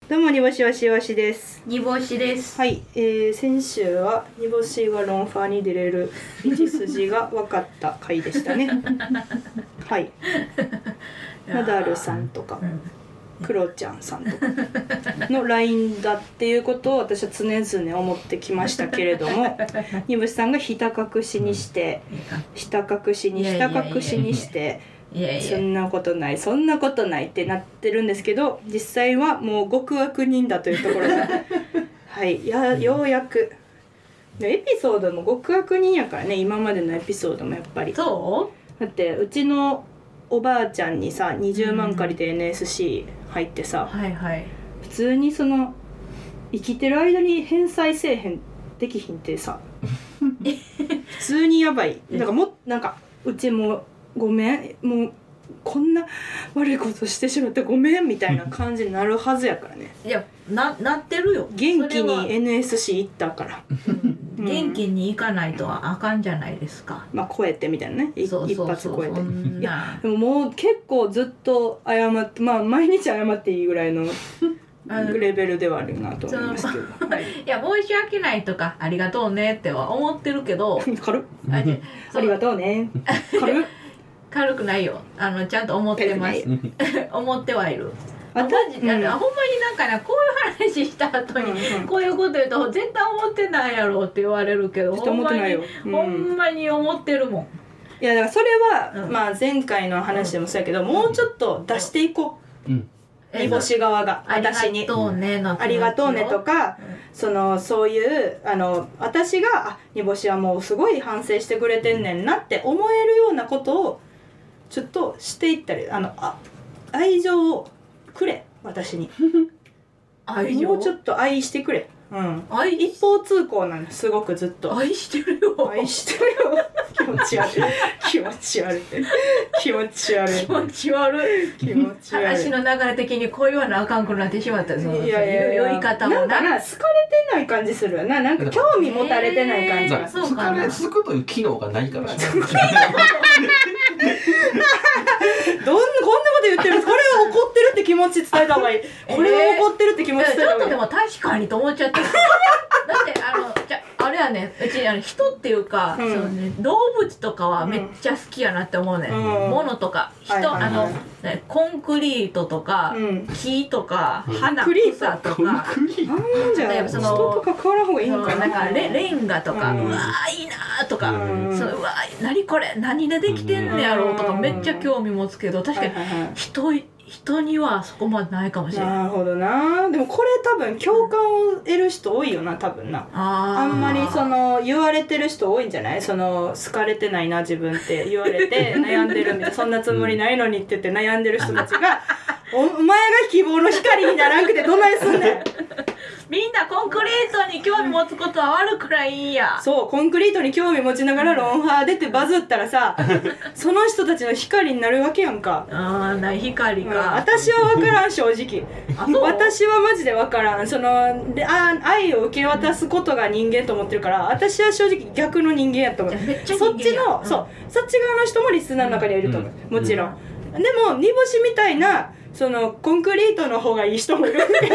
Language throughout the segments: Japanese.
どうも煮干しわしわしです。 煮干しです。 はい、先週は煮干しがロンファーに出れる道筋が分かった回でしたね。はい。ナダルさんとか、クロちゃんさんとかの LINE だっていうことを私は常々思ってきましたけれども、煮干しさんがひた隠しにしてひた隠しにひた隠しにしてそんなことないそんなことないってなってるんですけど、実際はもう極悪人だというところがはいようやくエピソードも極悪人やからね。今までのエピソードもやっぱりそうだってうちのおばあちゃんにさ20万借りて NSC 入ってさ、 はいはい、 普通にその生きてる間に返済せえへんできひんってさ普通にやばい。なんかうちもごめんもうこんな悪いことしてしまってごめんみたいな感じになるはずやからね。 いや なってるよ。 元気に NSC 行ったから、 元気に行かないとあかんじゃないですか。 まあ超えてみたいなね。一発超えて。 いやでももう結構ずっと謝って、まあ毎日謝っていいぐらいのレベルではあるなと思いますけど、はい、 いや申し訳ないとかありがとうねっては思ってるけど軽っありがとうね軽くないよ。ちゃんと思ってます思ってはいる。マジで、ほんまになんかねこういう話した後に、こういうこと言うと絶対思ってないやろって言われるけど、 ほんまに思ってるもん。 いやだからそれは、まあ前回の話でもそうやけど、もうちょっと出していこう、煮干し側が私にありがとうねとか、そういう私が煮干しはもうすごい反省してくれてんねんなって思えるようなことをちょっとしていったり、愛情をくれ私にもうちょっと愛してくれ。一方通行なのすごくずっと愛してるよ愛してるよ気持ち悪い気持ち悪い気持ち悪い気持ち悪い気持ち悪い話の流れ的にこう言わなあかんくなってしまった。そのいや言い方もなんかな好かれてない感じするよな。なんか興味持たれてない感じが、 そうかな。 好くという機能がないからこんなこと言ってる。これは怒ってるって気持ち伝えた方がいい。これは怒ってるって気持ち伝えた方がいい。 ちょっとでも確かにと思っちゃってだってあれはね、うち人っていうか、そのね、動物とかはめっちゃ好きやなって思うね、物とか人、コンクリートとか、木とか、花草とかじゃあ人とか変わらん方がいいのかな。 なんかレンガとか、うわーいいなーとか、うわ何これ何でできてんねやろうとかめっちゃ興味持つけど、確かに人にはそこまでないかもしれない。 なるほどな。でもこれ多分共感を得る人多いよな多分な。あんまり言われてる人多いんじゃない？好かれてないな自分って言われて悩んでるみたいな、そんなつもりないのにって言って悩んでる人たちがお前が希望の光にならんくてどないすんねんみんなコンクリートに興味持つことは悪くないんや。 そうコンクリートに興味持ちながらロンハー出てバズったらさその人たちの光になるわけやんか。 光か、 私は分からん正直私はマジで分からん。愛を受け渡すことが人間と思ってるから、私は正直逆の人間やと思う。そっち側の人もリスナーの中にはいると思う、もちろん。でも煮干しみたいなコンクリートの方がいい人もいる煮干し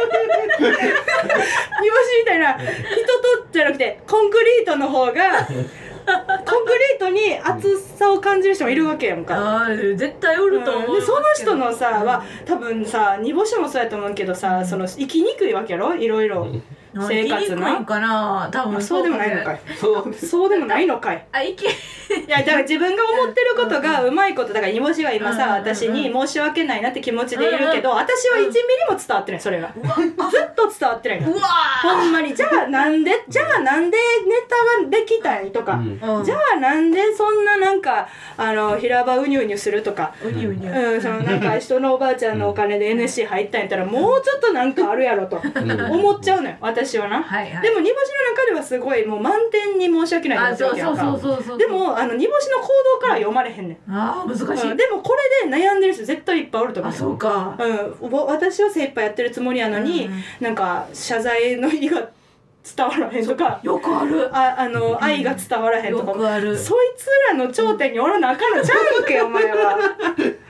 みたいな人とじゃなくてコンクリートの方がコンクリートに熱さを感じる人もいるわけやんか。 絶対おると思う、 でその人のさは多分さ煮干しもそうやと思うけどさ、生きにくいわけやろいろいろ生活な。 かな多分そうでもないのかい。そうでもないのかい。いやだから自分が思ってることがうまいことだから煮干しは今さ私に申し訳ないなって気持ちでいるけど、私は1ミリも伝わってない。それがずっと伝わってないの。ほんまにじゃあなんでネタができたりとか、じゃあなんでそんななんか平場うにゅうにゅするとか、なんか人のおばあちゃんのお金で NSC 入ったんやったらもうちょっとなんかあるやろと思っちゃうのよ私はな。でも煮干しの中ではすごいもう満点に申し訳ないと思ってるわけやんか。でも煮干しの行動から読まれへんねん。 難しい、 でもこれで悩んでる人絶対いっぱいおると思う。 そうか、 私は精一杯やってるつもりやのに、なんか謝罪の意が伝わらへんとか、 よくある愛が伝わらへんとか、 よくある。 そいつらの頂点におらなあかんのちゃうんけお前は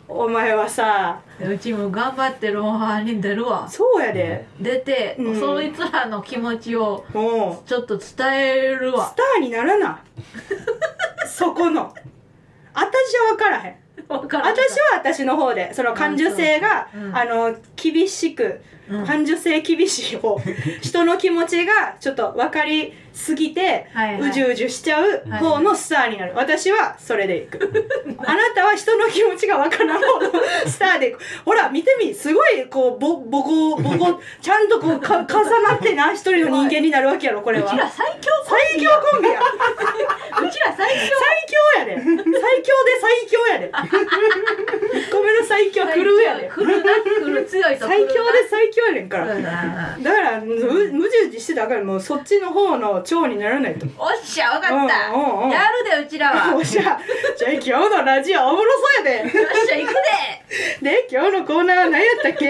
お前はさ、 うちも頑張ってロンハーに出るわ。 そうやで。 出て、 うんそいつらの気持ちをもうちょっと伝えるわス。ターにならな。そこの。私は分からへん。 分からん私は私の方でその感受性が、厳しく、感受性厳しい方人の気持ちがちょっと分かりすぎて、うじゅうじゅしちゃう方のスターになる、私はそれでいく。あなたは人の気持ちが分からん方のスターでいく。ほら見てみ、すごいこうボコちゃんとこう重なってな一人の人間になるわけやろ。これはうちら最強コンビや。 うちら最強最強やで。最強で最強やで。1個目の最強来るやで。 来る強いと最強で最強やねんから。 だだからむじうじしてたらあかん。もうそっちの方の長にならないと。 おっしゃ、わかった。やるで、うちらは。 おっしゃ。じゃあ今日のラジオおもろそうやで。 よっしゃ、行くで。 で、今日のコーナーは何やったっけ？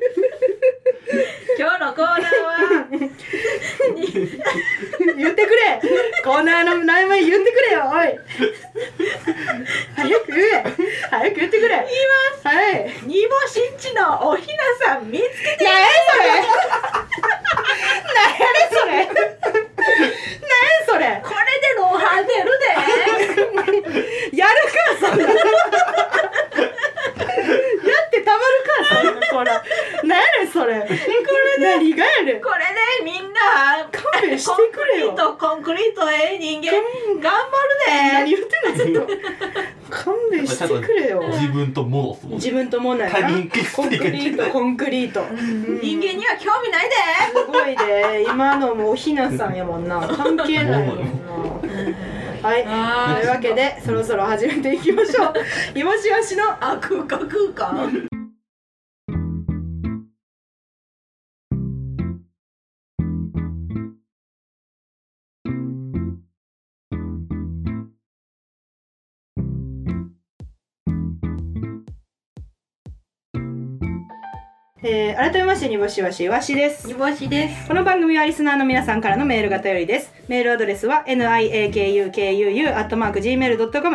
今日のコーナーは言ってくれ。コーナーの名前言ってくれよ、おい。早く言え。早く言ってくれ。 言います。 はい。 煮干しんちのおひなさん見つけて。 何やそれ。何やそれ。 これでロンハー出るで。 やるかそんな。やってたまるかそんなこら。何やねんそれ。これ何がやねん。 これでみんな勘弁してくれよ。 コンクリート人間頑張何る言ってんのずっと。勘弁してくれよ。 自分と物と自分ともないな。 他人コンクリート。 で。人間には興味ないで。 すごいで。今のもおひなさんやもんな。関係ないもんな。はい。というわけでそろそろ始めていきましょう。煮干しわしの空間。 改めまして煮干しわしわしです。 煮干しです。 この番組はリスナーの皆さんからのメールが頼りです。メールアドレスは niakukuu@gmail.com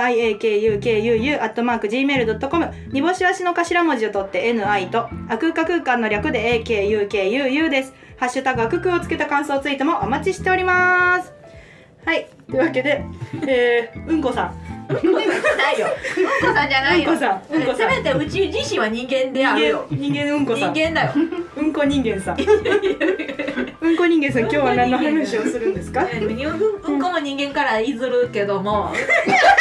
niakukuu@gmail.com 煮干しわしの頭文字を取って ni とあくか空間の略で akukuu です。ハッシュタグあくくをつけた感想ツイートもお待ちしております。はい、というわけで、うんこさんうんこさんじゃないよ。うんこさんじゃないよ。せめてうち自身は人間であるよ。 人間うんこさん。 人間だよ。 うんこ人間さん。うんこ人間さん、今日は何の話をするんですか？ うんこも人間からいずるけども。いず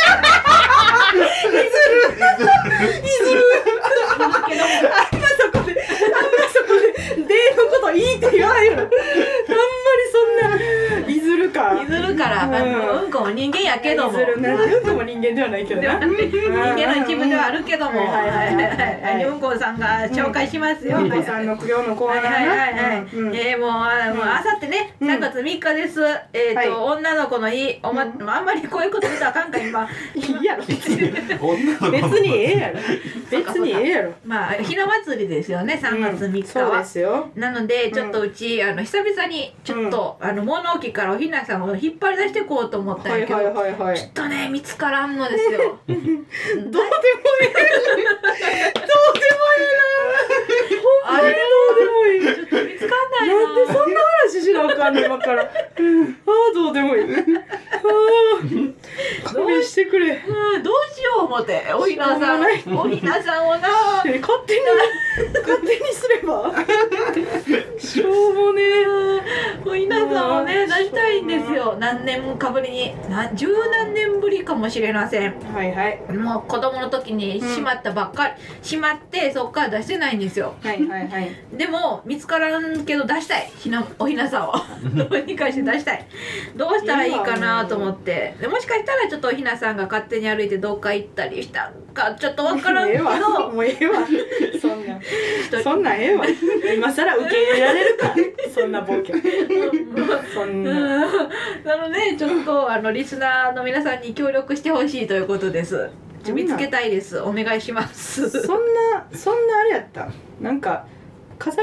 る。 あんまそこでデーのこといいって言わないよ。あんまりそんないずるか。 いずるから、うんこも人間やけども。 うんこも人間ではないけどな。 人間の一部ではあるけども。うんこさんが紹介しますよ。 うんこさんの今日のコーナーもうあさってね、3月3日です。女の子の日。あんまりこういうこと言ったらあかんか今。 いいやろ。別にええやろ。別にええやろ。 まあひな祭りですよね、3月3日は。 そうですよ。 なのでちょっとうち久々にちょっと物置からおひなさんを引っ張り出していこうと思ったんやけど、ちょっとね見つからんのですよ。 どうでもいい。どうでもいいな。あれどうでもいい。 ちょっと見つかんないな。 なんでそんな話しなあかんの今から。ああどうでもいい。勘弁してくれ。 どうしよう思っておひなさんをな勝手にすればしょうもねおひなさんをね出したいんですよ。何年かぶりに十何年ぶりかもしれません。 はいはい。 もう子供の時にしまったばっかり、しまってそっから出してないんですよ。 はいはいはい。 でも見つからんけど出したいおひなさんをどうにかして出したい。どうしたらいいかなと思って、でもしかしたらちょっとおひなさんが勝手に歩いてどっか行ったりしたんかちょっとわからんけどもうええわそんなんええわ今更受け入れられるかそんなボケそんななのでちょっとリスナーの皆さんに協力してほしいということです。見つけたいです。お願いします。 そんなあれやった。なんか飾られ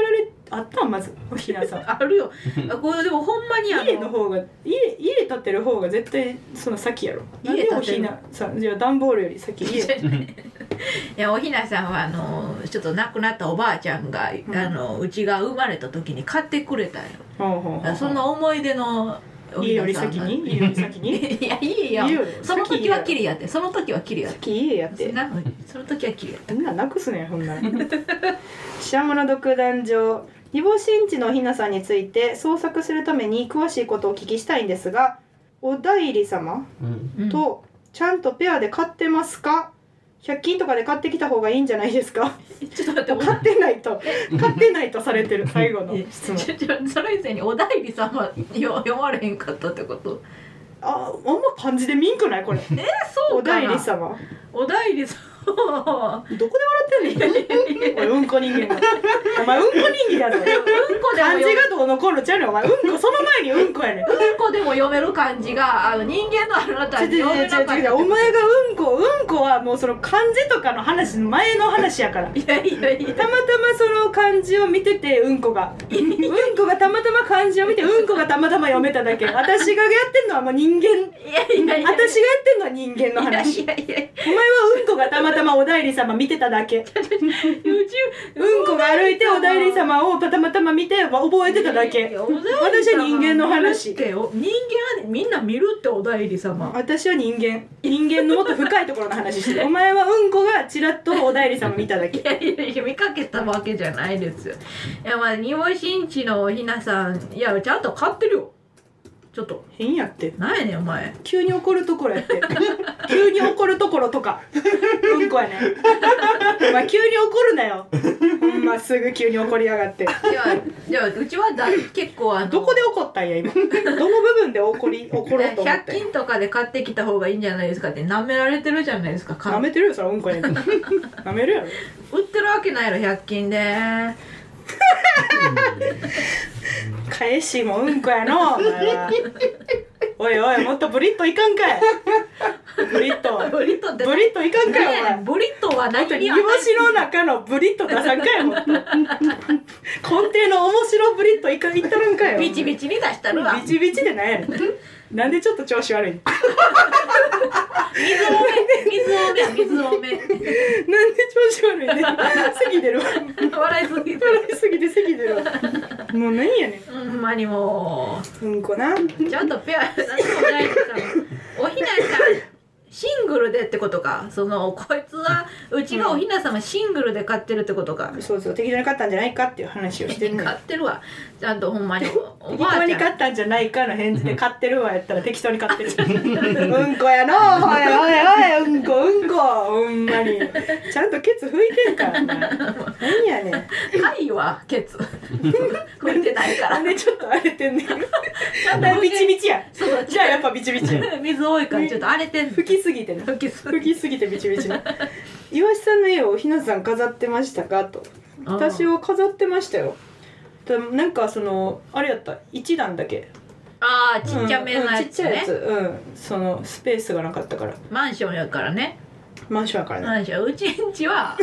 あったんまずおひなさんあるよ。これでもほんまに家の方が家建てる方が絶対その先やろ。 家建てるなんでおひなさんじゃあ段ボールより先家いやおひなさんはちょっと亡くなったおばあちゃんが、うちが生まれた時に買ってくれたよ。その思い出の家より先に家より先にいや家やその時はきりやってその時はきりやって先家やってその時はきりやってそんなんなくすねんほんならシャムの独壇場煮干しんちのおひなさんについて創作するために詳しいことをお聞きしたいんですがお代理様とちゃんとペアで買ってますか100均とかで買ってきた方がいいんじゃないですかちょっと待って買ってないとされてる最後の質問それ以前にお代理様読まれへんかったってことあんま漢字で見んくないこれそうかなお代理様お代理様どこで笑ってんのおいうんこ人間だお前うんこ人間やぞうんこでも漢字がどうのこうのちゃうねんお前うんこその前にうんこやねんうんこでも読める漢字が人間のあなたに読めなかったお前がうんこはもうその漢字とかの話の前の話やからいやたまたまその漢字を見ててうんこがたまたま漢字を見てうんこがたまたま読めただけ私がやってんのはもう人間私がやってんのは人間の話お前はうんこがたまたまお代理様見てただけうんこが歩いてお代理様をたまたま見て覚えてただけ私は人間の話人間はみんな見るってお代理様私は人間のもっと深いところの話してるお前はうんこがちらっとお代理様見ただけいや見かけたわけじゃないですよいやまあ煮干しんちのおひなさんいやちゃんと買ってるよちょっと変やってなんやねんお前急に怒るところやって急に怒るところとかうんこやねお前急に怒るなよほんますぐ急に怒りやがっていやうちは結構どこで怒ったんや今どの部分で怒ろうと思って 100均とかで買ってきた方がいいんじゃないですかって舐められてるじゃないですか舐めてるよそれうんこやねん舐めるやろ売ってるわけないやろ100均で返しもうんこやのお前はおいおいもっとブリッといかんかいブリッといかんかいお前ブリットは何に煮干しの中のブリッと出さんかいもっと根底の面白ブリッといったらんかよビチビチに出したるわビチビチでなんやねんなんでちょっと調子悪いの水多めなんで調子悪いね咳出るわ笑いすぎて咳出るわもう何やねんほんまにもうんこなちゃんとペアおひなさんシングルでってことかこいつはうちがおひなさまシングルで買ってるってことか、 そう適当に買ったんじゃないかっていう話をしてるのよ買ってるわちゃんとほんまに適当に買ったんじゃないかの返事で買ってるわやったら適当に買ってるうんこやのおいうんこほんまにちゃんとケツ拭いてんから何やねん貝はケツ拭いてないからなんでちょっと荒れてんねんビチビチやそうじゃあやっぱビチビチや水多いからちょっと荒れてん拭きすぎてね拭きすぎてビチビチね岩下さんの家をひなさん飾ってましたかと私は飾ってましたよなんかあれやった1段だけちっちゃめのやつね、 ちっちゃいやつそのスペースがなかったからマンションやからねマンションやからねマンションうちんちは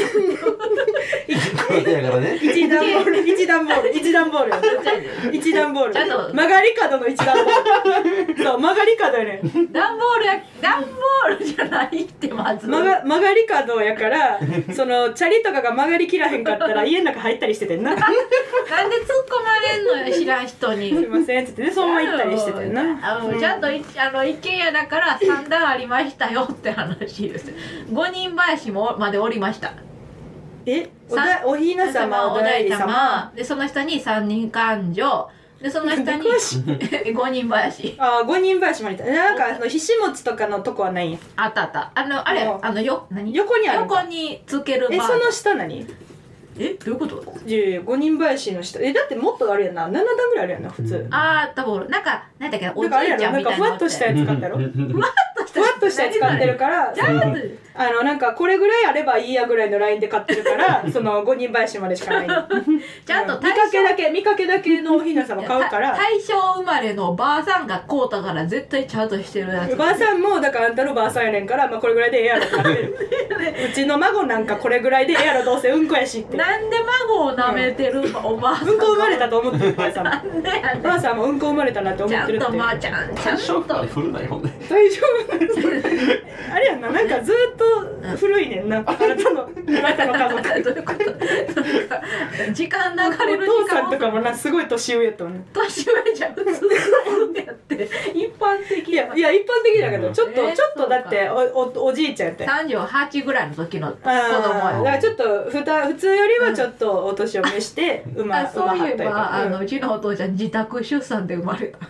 やからね一段ボール1段ボールちゃんと曲がり角の1段ボールそう曲がり角やね段ボールじゃないってまず曲がり角やからチャリとかが曲がりきらへんかったら家の中入ったりしててんななんで突っ込まれんのよ知らん人にすいませんっつってそのまま行ったりしててんなちゃんと一軒家だから3段ありましたよって話です5人林までおりましたおひなさまお代理様でその下に3人勘定でその下に5人林 5人林までいたなんかひし餅とかのとこはないんやあったあれ何横にある横につけるバーその下何どういうこと 5人林の下だってもっとあるやんな7段ぐらいあるやんな普通多分なんだっけおじいちゃんみたいななんかふわっとしたやつ買ったやろふわっとしたやつ買ってるからなんかこれぐらいあればいいやぐらいのラインで買ってるから5人林までしかないのちゃんと見か見かけだけのおひな様買うから大正生まれのばあさんが買うたから絶対ちゃんとしてるやつ。 ばあさんもだからあんたのばあさんやねんから、まあ、これぐらいでええやろってなってるうちの孫なんかこれぐらいでええやろどうせうんこやしってなんで孫を舐めてるおばあさん。 うんこ生まれたと思ってるばあさんもなんでやねん。 ばあさんもうんこ生まれたなって思ちゃんってるってとまあちゃん大正生まれと。 古ないもんね。 大丈夫あれやんな、なんかずっと古いねんな、あなたの家族どういうことなんか時間流れるお時間父さんとかもなすごい年上やったもんね。 年上じゃ普通のやって一般的いや一般的だけどちょっとだっておじいちゃんやったよ。 38ぐらいの時の子供だからや。 ちょっと普通よりはちょっとお年を召して馬そういえはったりとばか、 うちのお父ちゃん自宅出産で生まれた。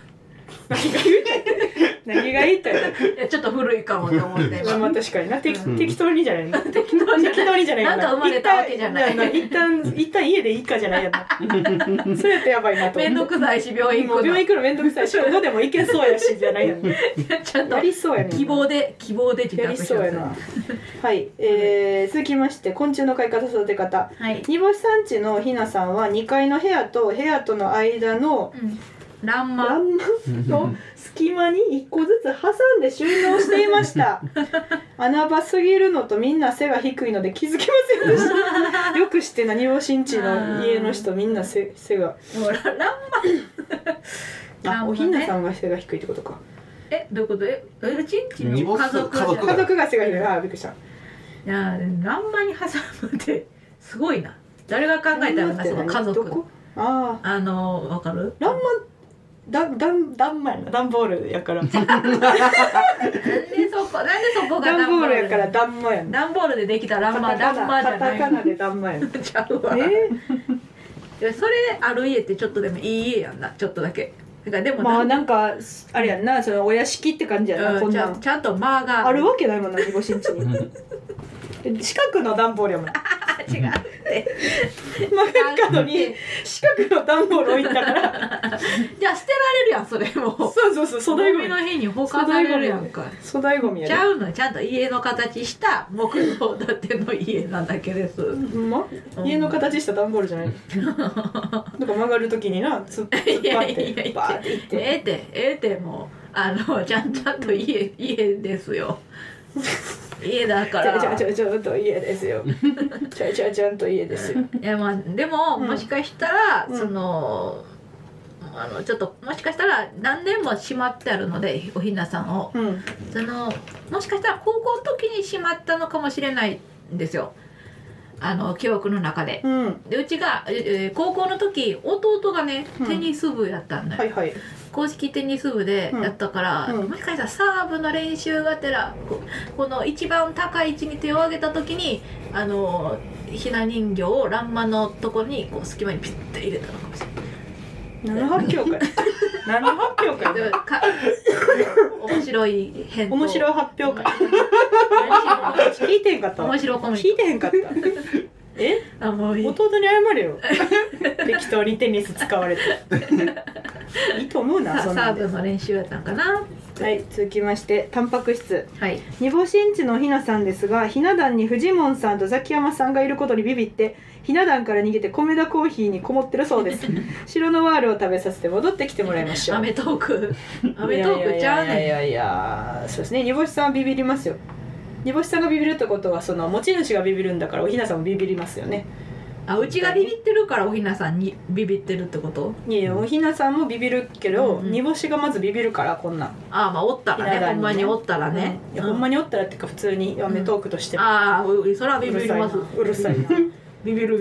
何が言いたいのいやちょっと古いかもと思ってまあ確かにな適当にじゃないの適当じゃないにじゃないなんか生まれたわけじゃない一旦家でいいかじゃないやなそれやってやばいなと思ってめんどくさいし病院行くのもう病院行くのめんどくさいしここでも行けそうやしじゃないやんちゃんとやりそうやねん希望で自やり宅そうやなはい、続きまして昆虫の飼い方育て方、 はい煮干しさんちのひなさんは2階の部屋との間のランマ欄間の隙間に1個ずつ挟んで収納していました穴場すぎるのとみんな背が低いので気づきませんでしたよくしてな煮干しんちの家の人みんな背がもうランマおひなさんが背が低いってことかどういうことうちんちの煮干し家族家族家族が背が低いびっくりしたいやランマに挟むってすごいな誰が考えたのかその家族どこわかるランマ段間やな段ボールやからなんでそこが段ボールやから段間やな段ボールでできたランマじゃないカタカナで段間やなちゃうわそれある家ってちょっとでもいい家やんなちょっとだけだからでもまあなんかあれやんなそのお屋敷って感じやなこんなんちゃんと間があるわけないもんな煮干しんちに四角の段ボールやもん違うって真ん角に四角の段ボール置いたからじゃあ捨てられるやんそれもそう粗大ゴミゴミの日に放かされるやんか粗大ゴミやちゃうのちゃんと家の形した木造建ての家なだけです家の形した段ボールじゃないなんか曲がる時にな突っ張ってバーっていってええてもうちゃんと家ですよ家だからちょっと家ですよちゃんと家ですよいやまあでも、もしかしたら、そのちょっともしかしたら何年もしまってあるのでおひなさんを、そのもしかしたら高校の時にしまったのかもしれないんですよ記憶の中で、でうちが、高校の時弟がねテニス部やったんだよ、公式テニス部でやったから、もしかしたらサーブの練習がてらこの一番高い位置に手を上げた時にひな人形を欄間のところにこう隙間にピッて入れたのかもしれない。 何の発表会何の発表会面白い返答面白い発表会聞いてへんかった面白コメント聞いてへんかったもういい弟に謝れよ適当にテニス使われていいと思うなサそんなんでーブの練習やったんかな。 はい続きましてタンパク質はい煮干しんちのひなさんですがひな壇にフジモンさんとザキヤマさんがいることにビビってひな壇から逃げて米田コーヒーにこもってるそうです白のワールを食べさせて戻ってきてもらいましょうアメトークちゃうねん。 いやそうですね煮干しさんはビビりますよ煮干しさんがビビるってことはその持ち主がビビるんだからおひなさんもビビりますよねうちがビビってるからおひなさんにビビってるってこと？ いやおひなさんもビビるけど、煮干しがまずビビるからこんなんまあおったらねほんまにおったらね、 いやほんまにおったらっていうか普通にアメトークとしてそらビビります。 うるさいなビビる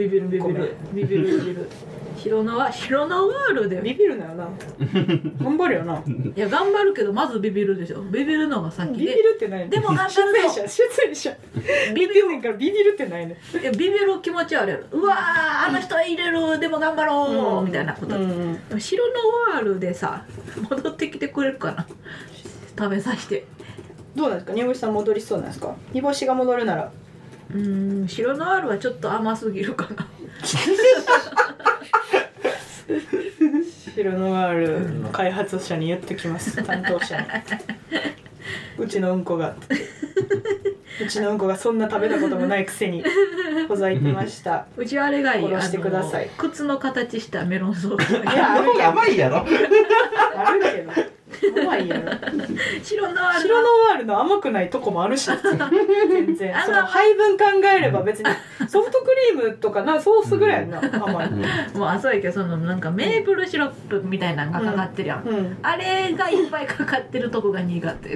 白のワールでビビるなよな頑張るよないや頑張るけどまずビビるでしょ。ビビるのが先ビビでるってないでも頑張ると出演者ビビるねんからビビるってないねいやビビる気持ちはあるやろ。うわーあの人入れるでも頑張ろう、みたいなこと、でも白のワールでさ戻ってきてくれるかな食べさせて。 どうなんですか煮干しさん戻りそうなんですか煮干しが戻るなら白のワールはちょっと甘すぎるかな白のワールの開発者に言ってきます担当者にうちのうんこがそんな食べたこともないくせにほざいてました。 うちはあれがいい。 殺してください。 靴の形したメロンソース。 いや、あるやばいやろ。 あるけど。甘いやろ。 白ノワール。 白ノワールの甘くないとこもあるし、全然。その配分考えれば別にソフトクリームとかソースぐらいやんな、甘い。 もうあそうやけど、そのなんかメープルシロップみたいなのがかかってるやん。あれがいっぱいかかってるとこが苦手です。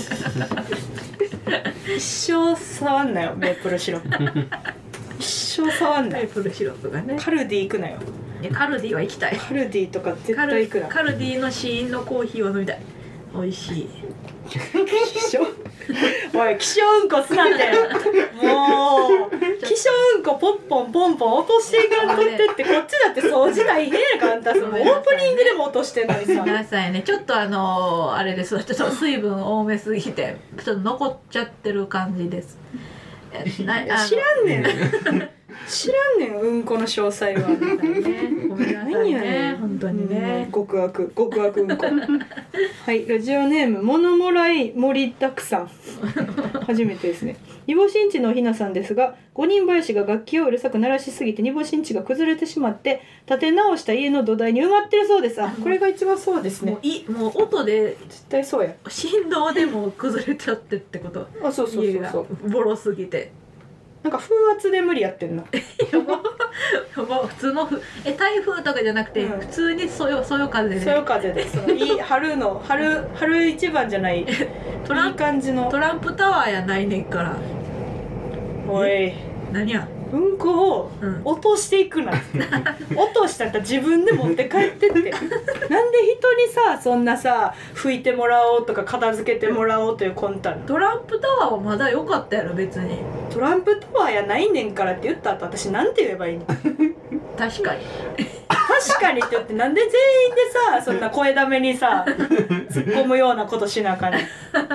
一生触んなよ、メープルシロップ。一生触んなよ。 メープルシロップがね。 カルディ行くなよ。 カルディは行きたい。 カルディとか絶対行くな。 カルディの試飲のコーヒーを飲みたい。美味しい。 希少おい、希少うんこすなって。もう希少うんこポンポンポンポン落としていかんとってって、こっちだって掃除大変やから。あんたそのオープニングでも落としてんのにさ。 皆さんね、ちょっとあれです。ちょっと水分多めすぎてちょっと残っちゃってる感じです。 知らんねん。知らんねん、うんこの詳細は。 ごめんなさいね、本当にね。 極悪うんこ。はい、ラジオネーム物もらい盛りだくさん。初めてですね。煮干しんちのひなさんですが、五人林が楽器をうるさく鳴らしすぎて煮干しんちが崩れてしまって建て直した家の土台に埋まってるそうです。あ、これが一番そうですね。 もう音で絶対そうや。 振動でも崩れちゃってってこと。 あ、そうそうそうそう。 ボロすぎて。 なんか風圧で無理やってんな。 もう普通の台風とかじゃなくて、普通にそよ風で。 そよ風で。いい春一番じゃない。いい感じの。 トランプタワーやないねんから。 おい。 何や。 うんこを落としていくな。落としたら自分で持って帰ってって。なんで人にさ、そんなさ、拭いてもらおうとか片付けてもらおうという魂胆。 トランプタワーはまだ良かったやろ別に。 トランプタワーやないねんからって言った後、私なんて言えばいいの。 確かに。 確かにって言って、なんで全員でさ、そんな声だめにさ突っ込むようなことしなあかんねん。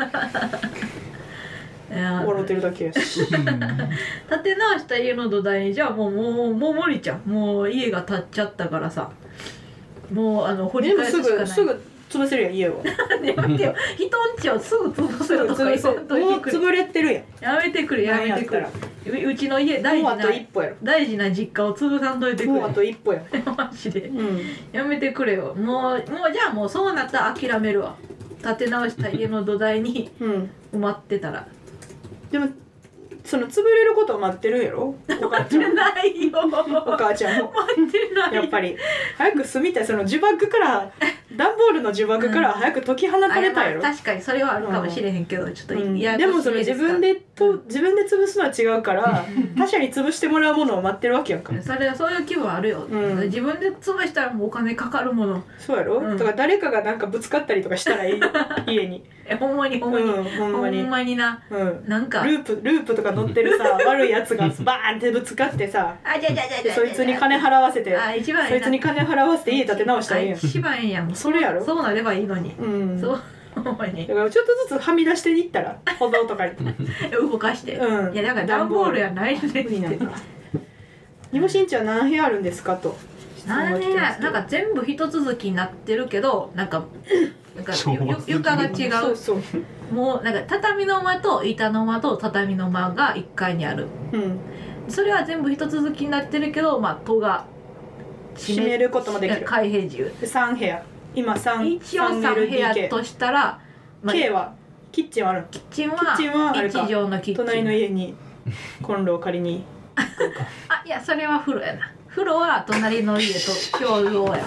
笑ってるだけやし。 建て直した家の土台に、じゃあもう無理じゃん。もう家が建っちゃったからさ、もう掘り返すしかない。 すぐ潰せるやん、家を。 やめてよ。人んちをすぐ潰せるとか言うと。 もう潰れてるやん。 やめてくれ。うちの家大事な実家を潰さんといてくれ。 もうあと一歩や。 マジで。やめてくれよ。もうじゃあもうそうなったら諦めるわ。建て直した家の土台に埋まってたら。 でもその潰れることを待ってるやろ、お母ちゃん。 ないよ。 お母ちゃんも待ってない。 やっぱり早く住みたい。その呪縛から段ボールの呪縛から早く解き放たれたやろ。 確かにそれはあるかもしれへんけど、ちょっとでもその自分で潰すのは違うから他者に潰してもらうものを待ってるわけやんか。 そういう気分あるよ。自分で潰したらもうお金かかるもの。 そうやろ。だから誰かがなんかぶつかったりとかしたらいい家に。 ほんまにな。なんかループとか乗ってるさ悪いやつがバーンってぶつかってさ、そいつに金払わせて、そいつに金払わせて家建て直したらいいやん。 一番ええやん。 それやろ。 そうなればいいのに。そうだからちょっとずつはみ出していったら歩道とかに動かして。いやだから段ボールやないねんって。 煮干しんちは何部屋あるんですかと。 なんか全部一続きになってるけど、なんか床が違う。もうなんか畳の間と板の間と畳の間が1階にある。それは全部一続きになってるけど、戸が閉めることもできる。 開閉自由。 3部屋。今一応3部屋としたら、 K はキッチンはある。 キッチンは1畳のキッチン。 隣の家にコンロを借りに。 あ、いやそれは風呂やな。風呂は隣の家と共用や。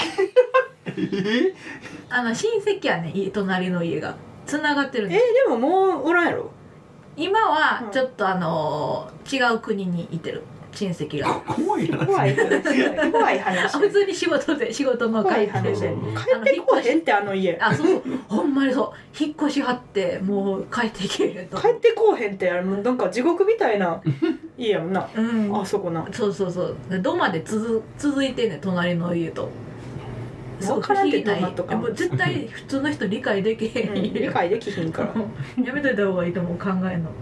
親戚やね、隣の家がつながってるんです。 でももうおらんやろ。 今はちょっと違う国にいてる親戚が。 怖い話。 怖い話。 普通に仕事の帰って帰ってこへんって家。 あ、そうほんまにそう。引っ越しはってもう帰っていけへんと。 帰ってこへんってなんか地獄みたいな家やもんな。あそこな。 そう土間で続いてんねん、隣の家と。 分からんってどうなっとか。 もう絶対普通の人理解できへん。 理解できひんから。 やめといた方がいいと思う、考えんの。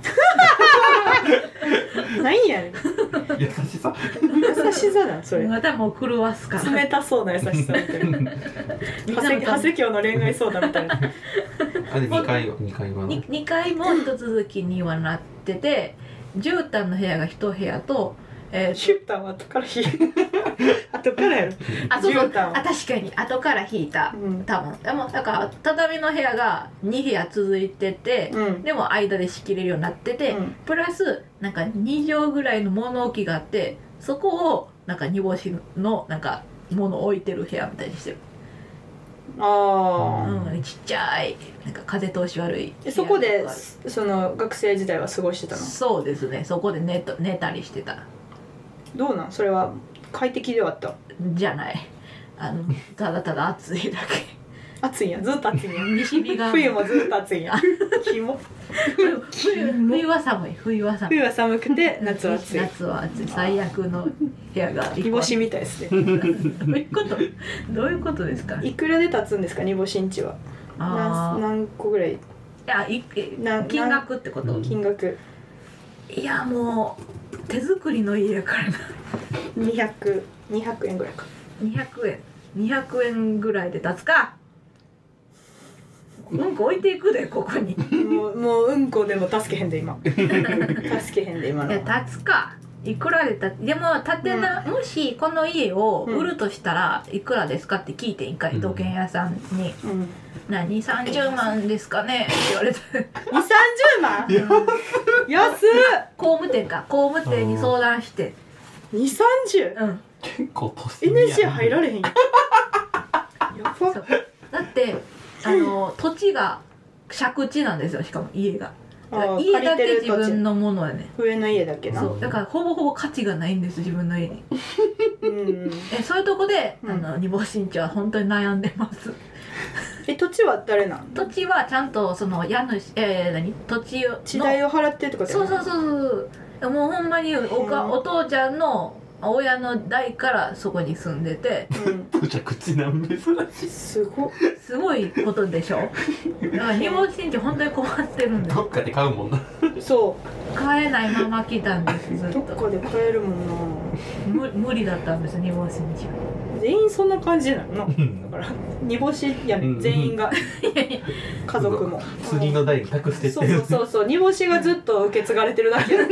何やねん。 優しさだそれ。 またもう狂わすから。 冷たそうな優しさみたいな。長谷京の恋愛相談みたいな。 2階は 2階も一続きにはなってて、 絨毯の部屋が1部屋と、 絨毯は後から引い後からやろ。 あ、そうそう、 絨毯は確かに後から引いた、 うん多分。でもだから畳の部屋が2部屋続いてて、 うんでも間で仕切れるようになってて、 うんプラスなんか2畳ぐらいの物置があって、そこをなんか煮干しのなんか物を置いてる部屋みたいにしてる。 ああ、 ちっちゃいなんか風通し悪い部屋そこでとかその学生時代は過ごしてたの？ そうですね、そこで寝たりしてた。 どうなん？それは快適ではあった？ じゃない、ただただ暑いだけ。 暑いんや、ずっと暑いんや。 西日が冬もずっと暑いんや。キモ。 冬は寒い、冬は寒い。 冬は寒くて夏は暑い。 夏は暑い、最悪の部屋が煮干しみたいですね。 どういうことどういうことですか？ いくらで経つんですか、煮干しんちは？何個ぐらい？ 金額ってこと？ 金額。 いやもう手作りの家やからな。 200円ぐらいか。 200円ぐらいで経つか。うんこ置いていくで、ここに。 もううんこでも助けへんで今。助けへんで今の。 いや経つか。いくらででももしこの家を売るとしたらいくらですかって聞いて一回土建屋さんに「何30万ですかね?」って言われて 2、30万？安っ！ 工務店に相談して 2、30？ 結構年 NG 入られへんやん。やば。 だって土地が借地なんですよ、しかも家が。家だけ自分のものやね。 上の家だけな。 そうだからほぼほぼ価値がないんです、自分の家に。 うんそういうとこで煮干しんちは本当に悩んでます。 土地は誰なん？ 土地はちゃんとその家主土地を地代を払ってってことやな。 そうもうほんまにお父ちゃんの親の代からそこに住んでて、 じゃ口なん珍しい。 すごいことでしょ。だから煮干しんち本当に困ってるんです。 どっかで買うもんな。 そう買えないまま来たんです、ずっと。 どっかで買えるもんな。 無理だったんです、煮干しんちは。 全員そんな感じなのな。だから煮干しやね、全員が。家族も次の代に託してってる。 そう煮干しがずっと受け継がれてるだけ。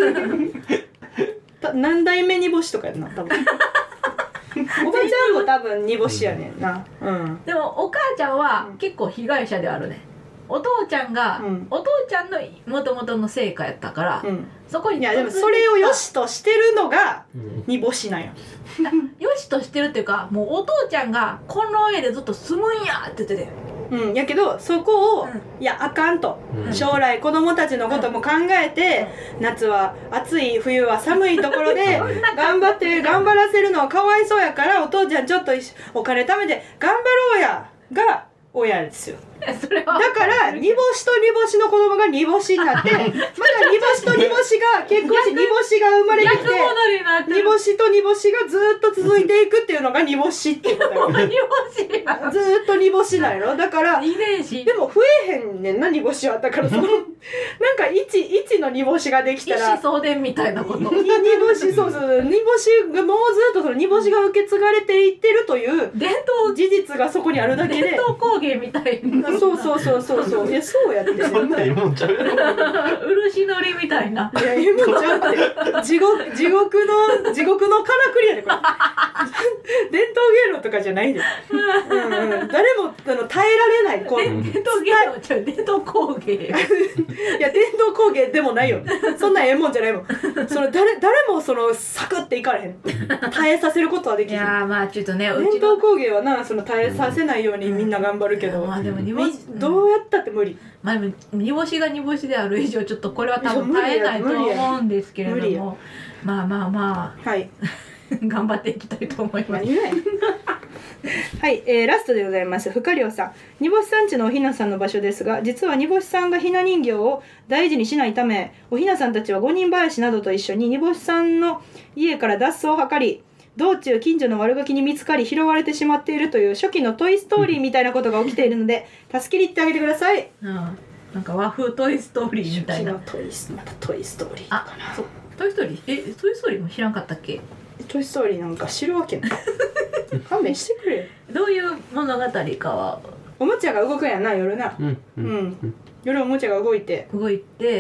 何代目煮干しとかやな、多分。おばちゃんも多分煮干しやねんな。 でもお母ちゃんは結構被害者であるね。お父ちゃんが、お父ちゃんの元々の成果やったから、そこに。 いやでもそれを良しとしてるのが煮干しなんや。 良しとしてるっていうか、もうお父ちゃんがこの家でずっと住むんやって言ってて。 やけどそこを、いやあかんと、将来子供たちのことも考えて、夏は暑い冬は寒いところで頑張らせるのはかわいそうやから、お父ちゃんちょっとお金貯めて頑張ろうやが親ですよ。 それはだから煮干しと煮干しの子供が煮干しになって、まだ煮干しと煮干しが結婚して煮干しが生まれてきて、煮干しと煮干しがずっと続いていくっていうのが煮干しっていうことやろ。 煮干しずーっと煮干しなんやろ。だから遺伝子でも増えへんねんな、煮干しは。だからそのなんか1の煮干しができたら一子相伝みたいなこと。 煮干し、そう煮干しがもうずっとその煮干しが受け継がれていってるという伝統事実がそこにあるだけで。 伝統工芸みたいな。 そういやそうやって。 そんなええもんちゃうやろ。 漆のりみたいな。 いやええもんちゃうって。地獄のからくりやでこれ。伝統芸能とかじゃないで。誰も耐えられない伝統芸能ちゃう、伝統工芸。 いや伝統工芸でもないよ。そんなええもんじゃないもん。その誰もそのサクっていかれへん。耐えさせることはできる。 いやまあちょっとね、 伝統工芸はな、その耐えさせないようにみんな頑張るけど、 まあでもどうやったって無理。 まあでも煮干しが煮干しである以上ちょっとこれは多分耐えないと思うんですけれども、まあはい頑張っていきたいと思います。 はい、ラストでございます。ふかりょうさん。煮干しさんちのおひなさんの場所ですが、実は煮干しさんがひな人形を大事にしないため、おひなさんたちは五人林などと一緒に煮干しさんの家から脱走を図り、道中近所の悪ガキに見つかり拾われてしまっているという初期のトイストーリーみたいなことが起きているので、助けに行ってあげてください。 なんか和風トイストーリーみたいな。 またトイストーリーかな。 そう、トイストーリートイストーリーも知らんかったっけ？ トイストーリーなんか知るわけない。勘弁してくれよ。 どういう物語かは。 おもちゃが動くんやな、夜な。夜おもちゃが動いて、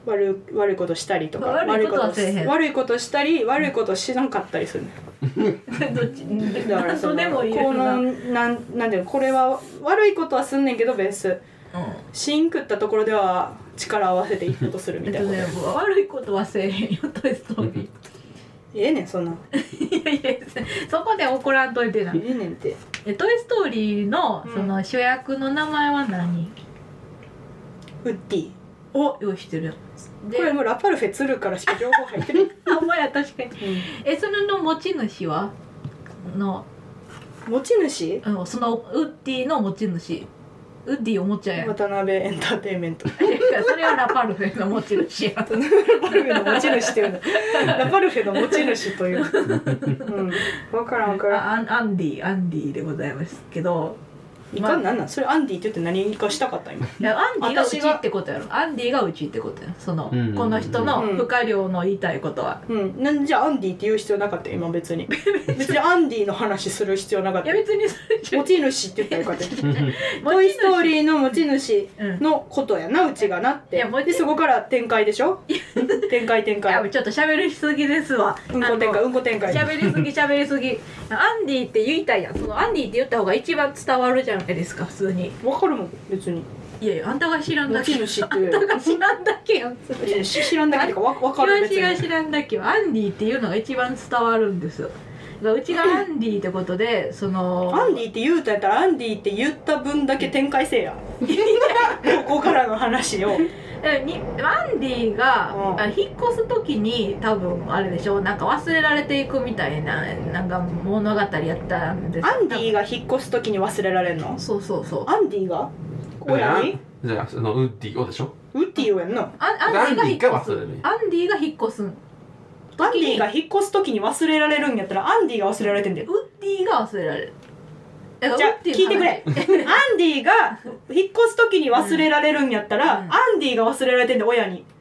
悪いことしたりとか悪いことはせえへん悪いことしたり悪いことしなかったりするねどっちだからそのでもいいこのなんていうのこれは悪いことはすんねんけどベース芯食ったところでは力を合わせていこうとするみたいな悪いことはせえへんよトイ・ストーリーええねんそんなんいやいやそこで怒らんといてなええねんってトイ・ストーリーのその主役の名前は何、 ウッディお用意してるやんこれもうラパルフェ鶴からしか情報入ってる、 あんまや確かにそれの持ち主はの持ち主そのウッディの持ち主ウッディおもちゃやん渡辺エンターテインメントそれはラパルフェの持ち主やんラパルフェの持ち主っていうのラパルフェの持ち主という分からん分からんアンディでございますけどいかんなんなんそれアンディって言って何かしたかった今いやアンディがうちってことやろアンディがうちってことやろその、この人の不可量の言いたいことはなんじゃあアンディって言う必要なかったよ今別にアンディの話する必要なかったいや別にそれ持ち主って言ったらよかったトイ・ストーリーの持ち主のことやなうちがなってでそこから展開でしょ展開いやちょっと喋りすぎですわうんこ展開喋りすぎアンディって言いたいやんそのアンディって言った方が一番伝わるじゃないですか普通にわかるもん別にいやいやあんたが知らんだけ持ち主ってあんたが知らんだけやんそれ知らんだけとかわかる別に私が知らんだけはアンディっていうのが一番伝わるんですようちがアンディってことでそのアンディって言うたやったらアンディって言った分だけ展開せえやここからの話をアンディが、引っ越す時に多分あれでしょなんか忘れられていくみたいななんか物語やったんですアンディが引っ越す時に忘れられんのそうアンディが親にじゃあそのウッディをでしょウッディをやんなアンディが忘れるアンディが引っ越すアンディが引っ越す時に忘れられるんやったらアンディが忘れられてんだよウッディが忘れられるじゃあ聞いてくれアンディが引っ越す時に忘れられるんやったら、アンディが忘れられてんだ親に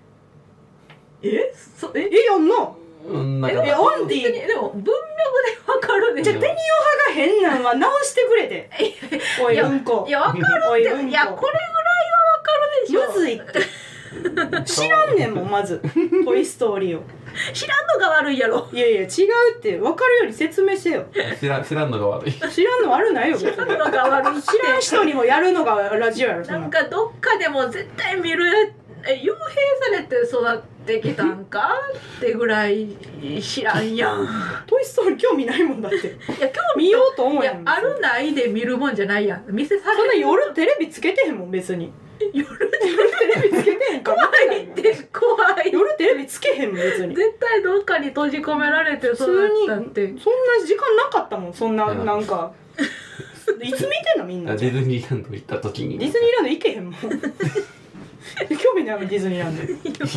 やんなアンディでも文脈でわかるでしょじゃあテニオ派が変なんは直してくれておいうんこいやわかるっていやこれぐらいはわかるでしょむずいって知らんねんもんまずトイ・ストーリーを知らんのが悪いやろいやいや違うって分かるように説明せよ知らんのが悪い知らんの悪ないよ知らんのが悪いって知らん人にもやるのがラジオやろなんかどっかでも絶対見る幽閉されて育ってきたんかってぐらい知らんやんトイ・ストーリー興味ないもんだっていや興味見ようと思うやんあるないで見るもんじゃないやん見せされるそんな夜テレビつけてへんもん別に夜テレビつけてへんから怖いって怖い夜テレビつけへんもん別に絶対どっかに閉じ込められて育ったってそんな時間なかったもんそんななんかいつ見てんのみんなディズニーランド行った時にディズニーランド行けへんもん興味ないもんディズニーランド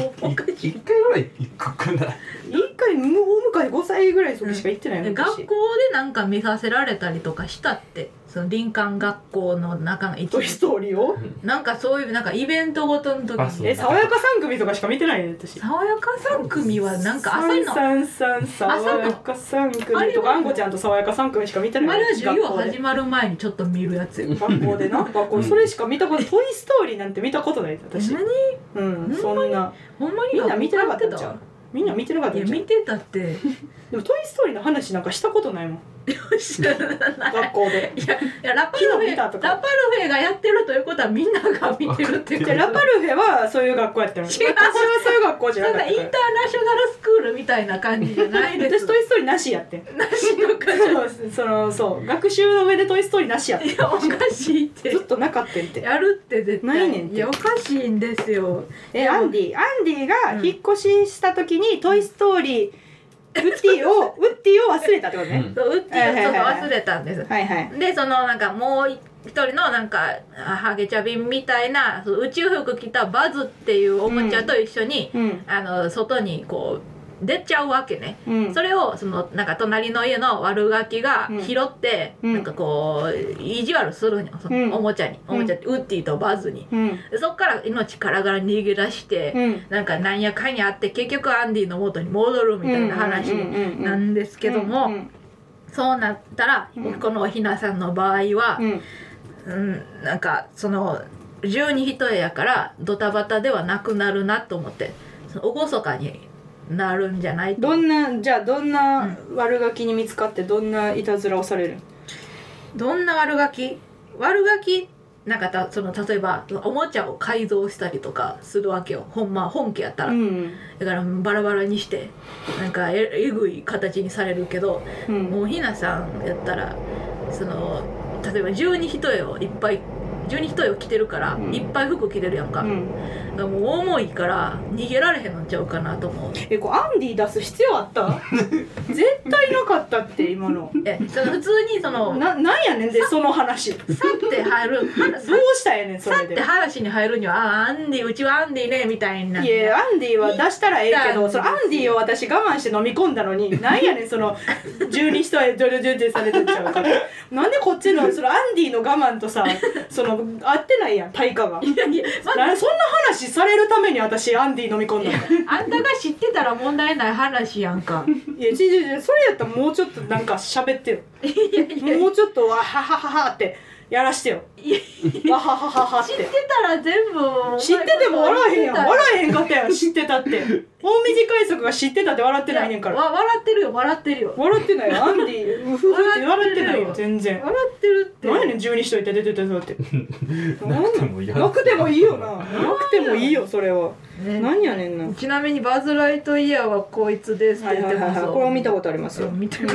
1回ぐらい行くかな一回大昔5歳ぐらいの時しか行ってないの、 学校でなんか見させられたりとかしたってその林間学校の中のトイ・ストーリーをなんかそういうなんかイベントごとの時に爽やか3組とかしか見てないね私爽やか3組はなんか朝の爽やか3組とかあんこちゃんと爽やか3組しか見てないあれは授業始まる前にちょっと見るやつよ学校でな学校それしか見たことトイ・ストーリーなんて見たことない私何そんなほんまにみんな見てなかったんちゃうみんな見てなかったんちゃういや見てたってでもトイ・ストーリーの話なんかしたことないもん知らない学校でいやラパルフェがやってるということはみんなが見てるっていうじゃラパルフェはそういう学校やったの私はそういう学校じゃなかったからインターナショナルスクールみたいな感じじゃないです私トイ・ストーリーなしやってなしとかそう学習の上でトイ・ストーリーなしやっていやおかしいってずっとなかったんってやるって絶対ないねんっていやおかしいんですよアンディが引っ越しした時にトイ・ストーリーウッディを忘れたってことね、 そうウッディをちょっと忘れたんですはいはいでそのなんかもう一人のなんかハゲチャビンみたいな宇宙服着たバズっていうおもちゃと一緒に、外にこう出ちゃうわけね、それをそのなんか隣の家の悪ガキが拾って、なんかこう意地悪するんよそのおもちゃに、ウッディとバズに、でそっから命からがら逃げ出して、なんやかんやあって結局アンディの元に戻るみたいな話なんですけども、そうなったら、このおひなさんの場合は、なんかその十二一重やからドタバタではなくなるなと思って、その厳かになるんじゃないと。 どんな悪ガキに見つかってどんないたずらをされる？ どんな悪ガキなんかその例えばおもちゃを改造したりとかするわけよ。本家やったら、だからバラバラにしてなんかえぐい形にされるけど、もうひなさんやったらその例えば十二一重を着てるから、いっぱい服着てるやんか、だからもう重いから逃げられへんのちゃうかなと思う。 これアンディ出す必要あった？絶対なかったって今の。 その普通にそのなんやねんでその話。 さって入るどうしたやねんそれで。 さって話に入るにはうちはアンディねみたいな。 いやアンディは出したらええけど、そのアンディを私我慢して飲み込んだのに、なんやねんその十二一重ジョジョジョされてっちゃうから。なんでこっちのそのアンディの我慢とさ、その合ってないやん対価が。そんな話されるために私アンディ飲み込んだの。 あんたが知ってたら問題ない話やんか。 いやそれやったらもうちょっとなんか喋ってよ。もうちょっとわははははってやらしてよ。わははははって。 知ってたら全部知ってても笑えへんやん。笑えへんかったやん。知ってたって。大水海賊が知ってたって笑ってないねんから。 笑ってるよ。笑ってないよ。 アンディ夫婦って笑ってないよ全然。 笑ってるって。 何やねん12しといて出てたぞって。 なくてもいい。 なくてもいいよな。なくてもいいよそれは。何やねんな。 ちなみにバズ・ライトイヤーはこいつですって言ってます。 これを見たことありますよ。 見たこと。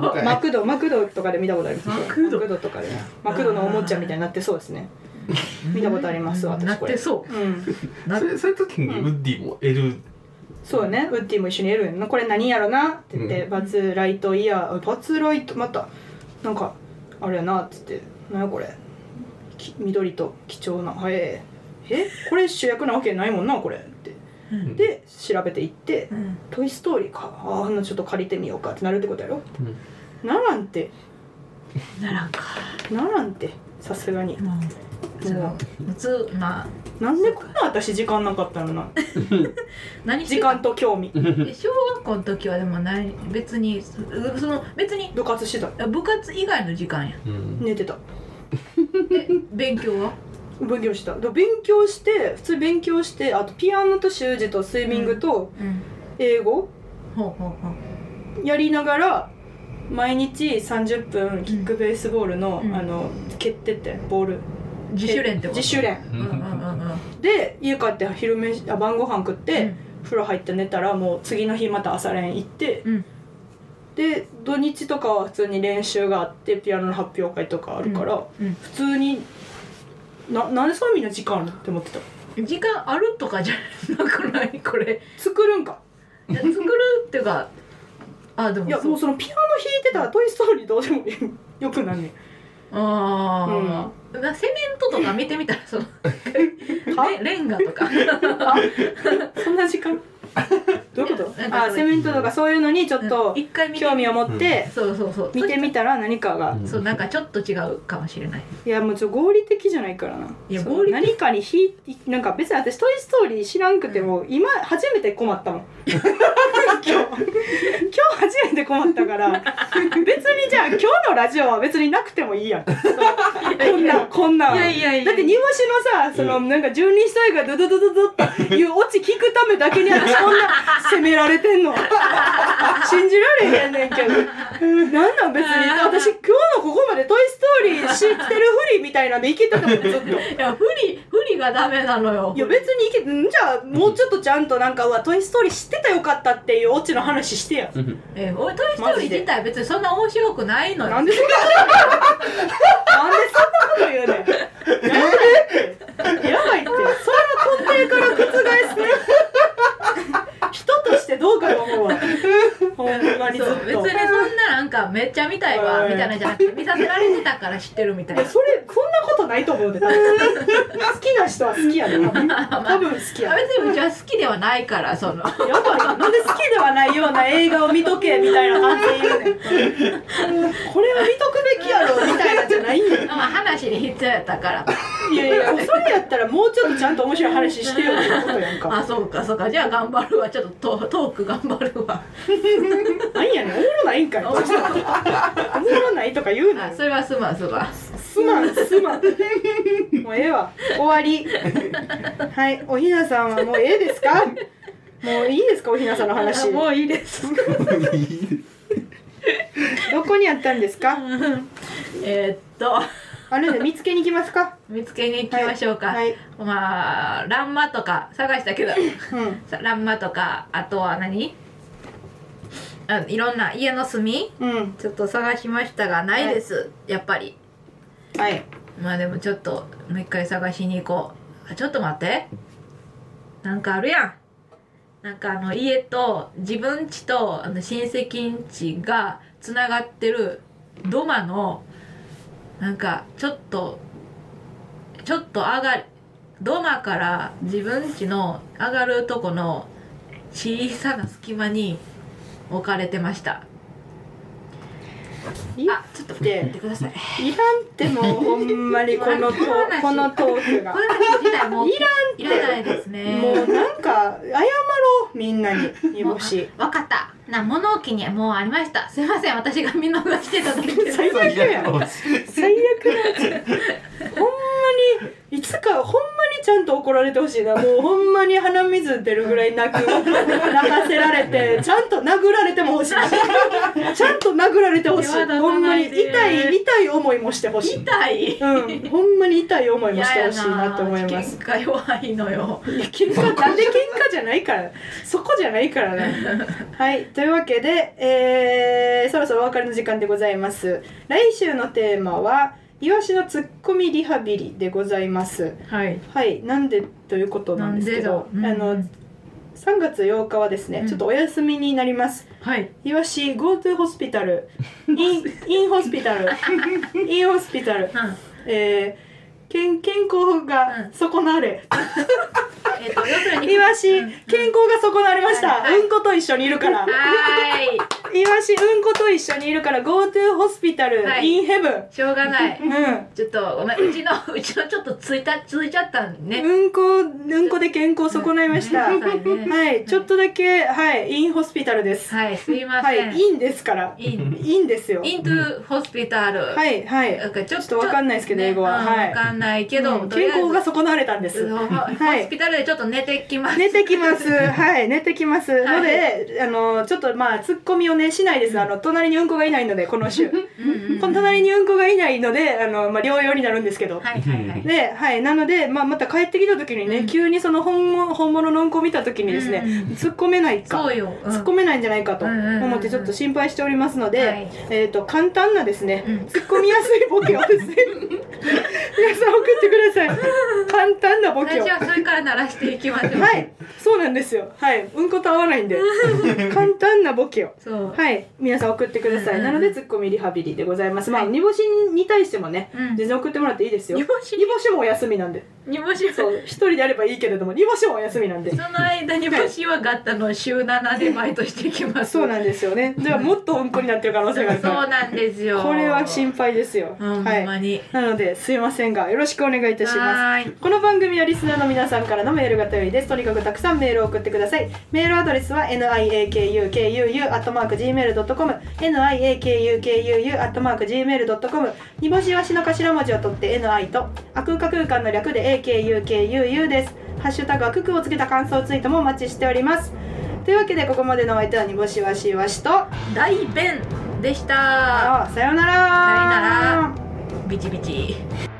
マクドとかで見たことあります。マクドとかでマクドのおもちゃみたいになってそうですね。見たことあります私これ。 なってそう。 そういう時にウッディも L。 そうね、ウッディも一緒に L やんな。これ何やろなって言って、バズ・ライトイヤー、バズ・ライトまたなんかあれやなって言って、何やこれ緑と貴重なこれ主役なわけないもんなこれって、で調べていって、トイ・ストーリーかちょっと借りてみようかってなるってことやろ。ならんてさすがに。 普通なんでこんな私時間なかったのな。時間と興味。 小学校の時はでも別に部活してた。 部活以外の時間や。 寝てた。 勉強は？ 勉強した。普通勉強して、あとピアノと習字とスイミングと英語やりながら毎日30分キックベースボールの蹴ってってボール。 自主練ってこと？ 自主練。で家帰って晩ご飯食って、風呂入って寝たらもう次の日また朝練行って、で土日とかは普通に練習があってピアノの発表会とかあるから、普通になんでそんなみんな時間あるって思ってた。 時間あるとかじゃなくないこれ。 作るんか。 作るっていうかでもいやもうそのピアノ弾いてたらトイストーリーどうでもよくなんねん。 セメントとか見てみたらそのレンガとかそんな時間どういうこと？セメントとかそういうのにちょっと興味を持って見てみたら何かがなんかちょっと違うかもしれない。 いやもう合理的じゃないからな。何かになんか別に私トイ・ストーリー知らんくても今初めて困ったもん。今日初めて困ったから別にじゃあ今日のラジオは別になくてもいいやん。こんなんだって煮干しのさそのなんか十二使徒がドドドドドっていうオチ聞くためだけに私こんな責められてんの信じられへんねんけどなん別に私今日のここまでトイ・ストーリー知ってるふりみたいなんでいけてたもんずっと。いやふりがダメなのよ。 いや別にいけじゃあもうちょっとちゃんとなんかトイ・ストーリー知ってたらよかったっていうオチの話してや。トイ・ストーリー自体別にそんな面白くないのよ。 なんでそんなこと言うねん。やばいってそんな根底から覆すね。人としてどうかと思うわ。ほんまにずっと。別にそんななんかめっちゃ見たいわみたいなじゃなくて見させられてたから知ってるみたいな。 そんなことないと思うで。好きな人は好きやで。多分好きや。 別にうちは好きではないからその。やばい。 なんで好きではないような映画を見とけみたいな感じで言うねん。これは見とくべきやろみたいなじゃないんよ。 話に必要やったから。 いやそれやったらもうちょっとちゃんと面白い話してよってことやんか。 そうかじゃあ頑張るわ。ちょっとトーク頑張るわ。 なんやねんおもろないんかい。おもろないとか言うな。 それはすまん。 すすまんもうええわ、終わり。はい、おひなさんはもうええですか？もういいですか、おひなさんの話。 もういいです。 どこにあったんですか？あれで見つけに行きますか？ 見つけに行きましょうか。 はい、 まあランマとか探したけど、ランマとか、あとは何？いろんな家の隅、ちょっと探しましたがないです、やっぱり。 はい。 まあでもちょっともう一回探しに行こう。ちょっと待って、なんかあるやん。なんか家と自分家と親戚ん家がつながってる土間のなんかちょっと上がる、土間から自分家の上がるとこの小さな隙間に置かれてました。ちょっと待ってください。 いらんってもうほんまにこのトークが。 この話自体もういらないですね。 もうなんか謝ろう、みんなに。煮干し。 わかった。物置にもうありました。すいません、私が見逃してただけで。 最悪や。最悪だ。ほんまにいつかほんまにちゃんと怒られてほしいな。もうほんまに鼻水出るぐらい泣かせられて、ちゃんと殴られてもほしい。ちゃんと殴られてほしい。ほんまに痛い思いもしてほしい。 痛い。 ほんまに痛い思いもしてほしいなと思います。 喧嘩弱いのよ。 喧嘩なんで喧嘩じゃないから。そこじゃないからね。はい、というわけで、そろそろお別れの時間でございます。来週のテーマはイワシのツッコミリハビリでございます。 はい。 はい、なんでということなんですけど、3月8日はですね、ちょっとお休みになります。 はい。 イワシ Go to Hospital in Hospital 健康が損なわれ。イワシ健康が損なわれました。うんこと一緒にいるから。イワシうんこと一緒にいるから Go to Hospital in Heaven。 しょうがない。ちょっとごめん、うちのちょっとついちゃったんね。 うんこで健康損ないました。はい、ちょっとだけインホスピタルです。 はい、すいません。 はい、インですから。インですよ。 イントゥホスピタル。 はい。ちょっとわかんないですけど英語は。 わかんないけど健康が損なわれたんです。 ホスピタルでちょっと寝てきます。 はい、寝てきますので、ちょっとまあツッコミをねしないです。隣にうんこがいないのでこの週。この隣にうんこがいないので療養になるんですけど。で、なのでまた帰ってきた時にね急にその本物のうんこを見た時にですね突っ込めないか。突っ込めないんじゃないかと思ってちょっと心配しておりますので、簡単なですね突っ込みやすいボケをですね皆さん送ってください。簡単なボケを。 じゃあそれから鳴らしていきましょう。 はい、そうなんですよ。はい、うんこと合わないんで簡単なボケを皆さん送ってください。なのでツッコミリハビリでございます。まあ煮干しに対してもね全然送ってもらっていいですよ。煮干しもお休みなんで。煮干しそう一人でやればいいけれども煮干しもお休みなんで。 その間煮干しはガッタの週7でバイトしてきます。 そうなんですよね。ではもっとうんこになってる可能性があるから。 そうなんですよ。 これは心配ですよ。はい。なのですいませんがよろしくお願いいたします。この番組はリスナーの皆さんからのメールが頼りです。とにかくたくさんメールを送ってください。メールアドレスは niakukuu@gmail.com niakukuu@gmail.com 煮干しわしの頭文字を取って ni とあくうか空間の略で akukuu です。ハッシュタグあくくをつけた感想ツイートもお待ちしております。というわけでここまでのお相手は煮干しわしわしと大便でした。 さようなら。 さようなら。ビチビチ。